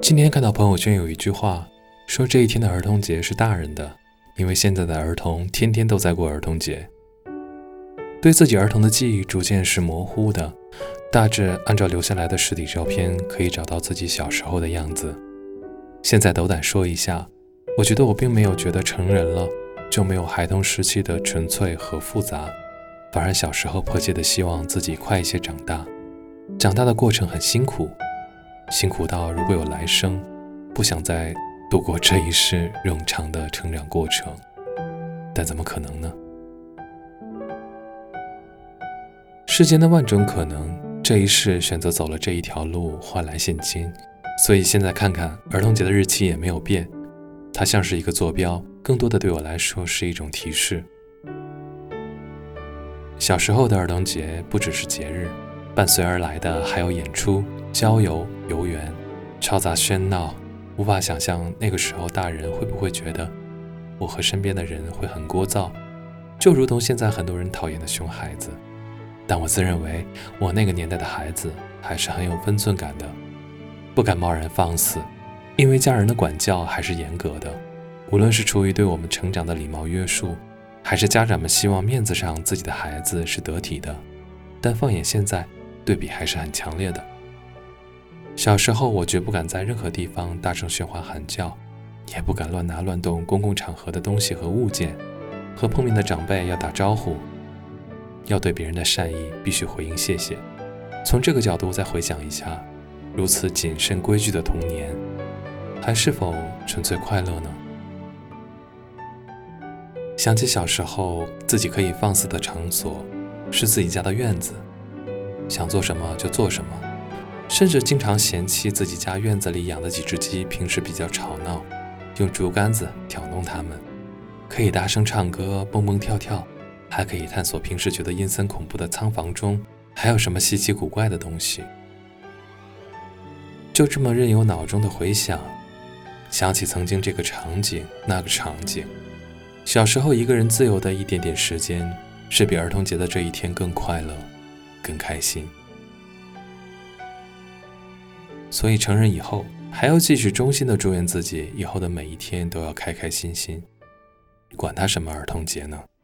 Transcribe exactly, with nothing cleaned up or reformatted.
今天看到朋友圈有一句话，说这一天的儿童节是大人的，因为现在的儿童天天都在过儿童节。对自己儿童的记忆逐渐是模糊的，大致按照留下来的实体照片可以找到自己小时候的样子。现在斗胆说一下，我觉得我并没有觉得成人了就没有孩童时期的纯粹和复杂，反而小时候迫切的希望自己快一些长大。长大的过程很辛苦，辛苦到如果有来生，不想再度过这一世冗长的成长过程，但怎么可能呢？世间的万种可能，这一世选择走了这一条路，换来现今。所以现在看看儿童节的日期也没有变，它像是一个坐标，更多的对我来说是一种提示。小时候的儿童节不只是节日，伴随而来的还有演出、郊游、游园，嘈杂喧闹。无法想象那个时候大人会不会觉得我和身边的人会很聒噪，就如同现在很多人讨厌的熊孩子。但我自认为我那个年代的孩子还是很有分寸感的，不敢贸然放肆，因为家人的管教还是严格的，无论是出于对我们成长的礼貌约束，还是家长们希望面子上自己的孩子是得体的。但放眼现在，对比还是很强烈的。小时候我绝不敢在任何地方大声喧哗喊叫，也不敢乱拿乱动公共场合的东西和物件，和碰面的长辈要打招呼，要对别人的善意必须回应谢谢。从这个角度再回想一下，如此谨慎规矩的童年，还是否纯粹快乐呢？想起小时候自己可以放肆的场所是自己家的院子，想做什么就做什么，甚至经常嫌弃自己家院子里养的几只鸡平时比较吵闹，用竹竿子挑弄它们，可以大声唱歌蹦蹦跳跳，还可以探索平时觉得阴森恐怖的仓房中还有什么稀奇古怪的东西。就这么任由脑中的回想，想起曾经这个场景那个场景，小时候一个人自由的一点点时间，是比儿童节的这一天更快乐更开心。所以成人以后还要继续衷心的祝愿自己以后的每一天都要开开心心，管他什么儿童节呢。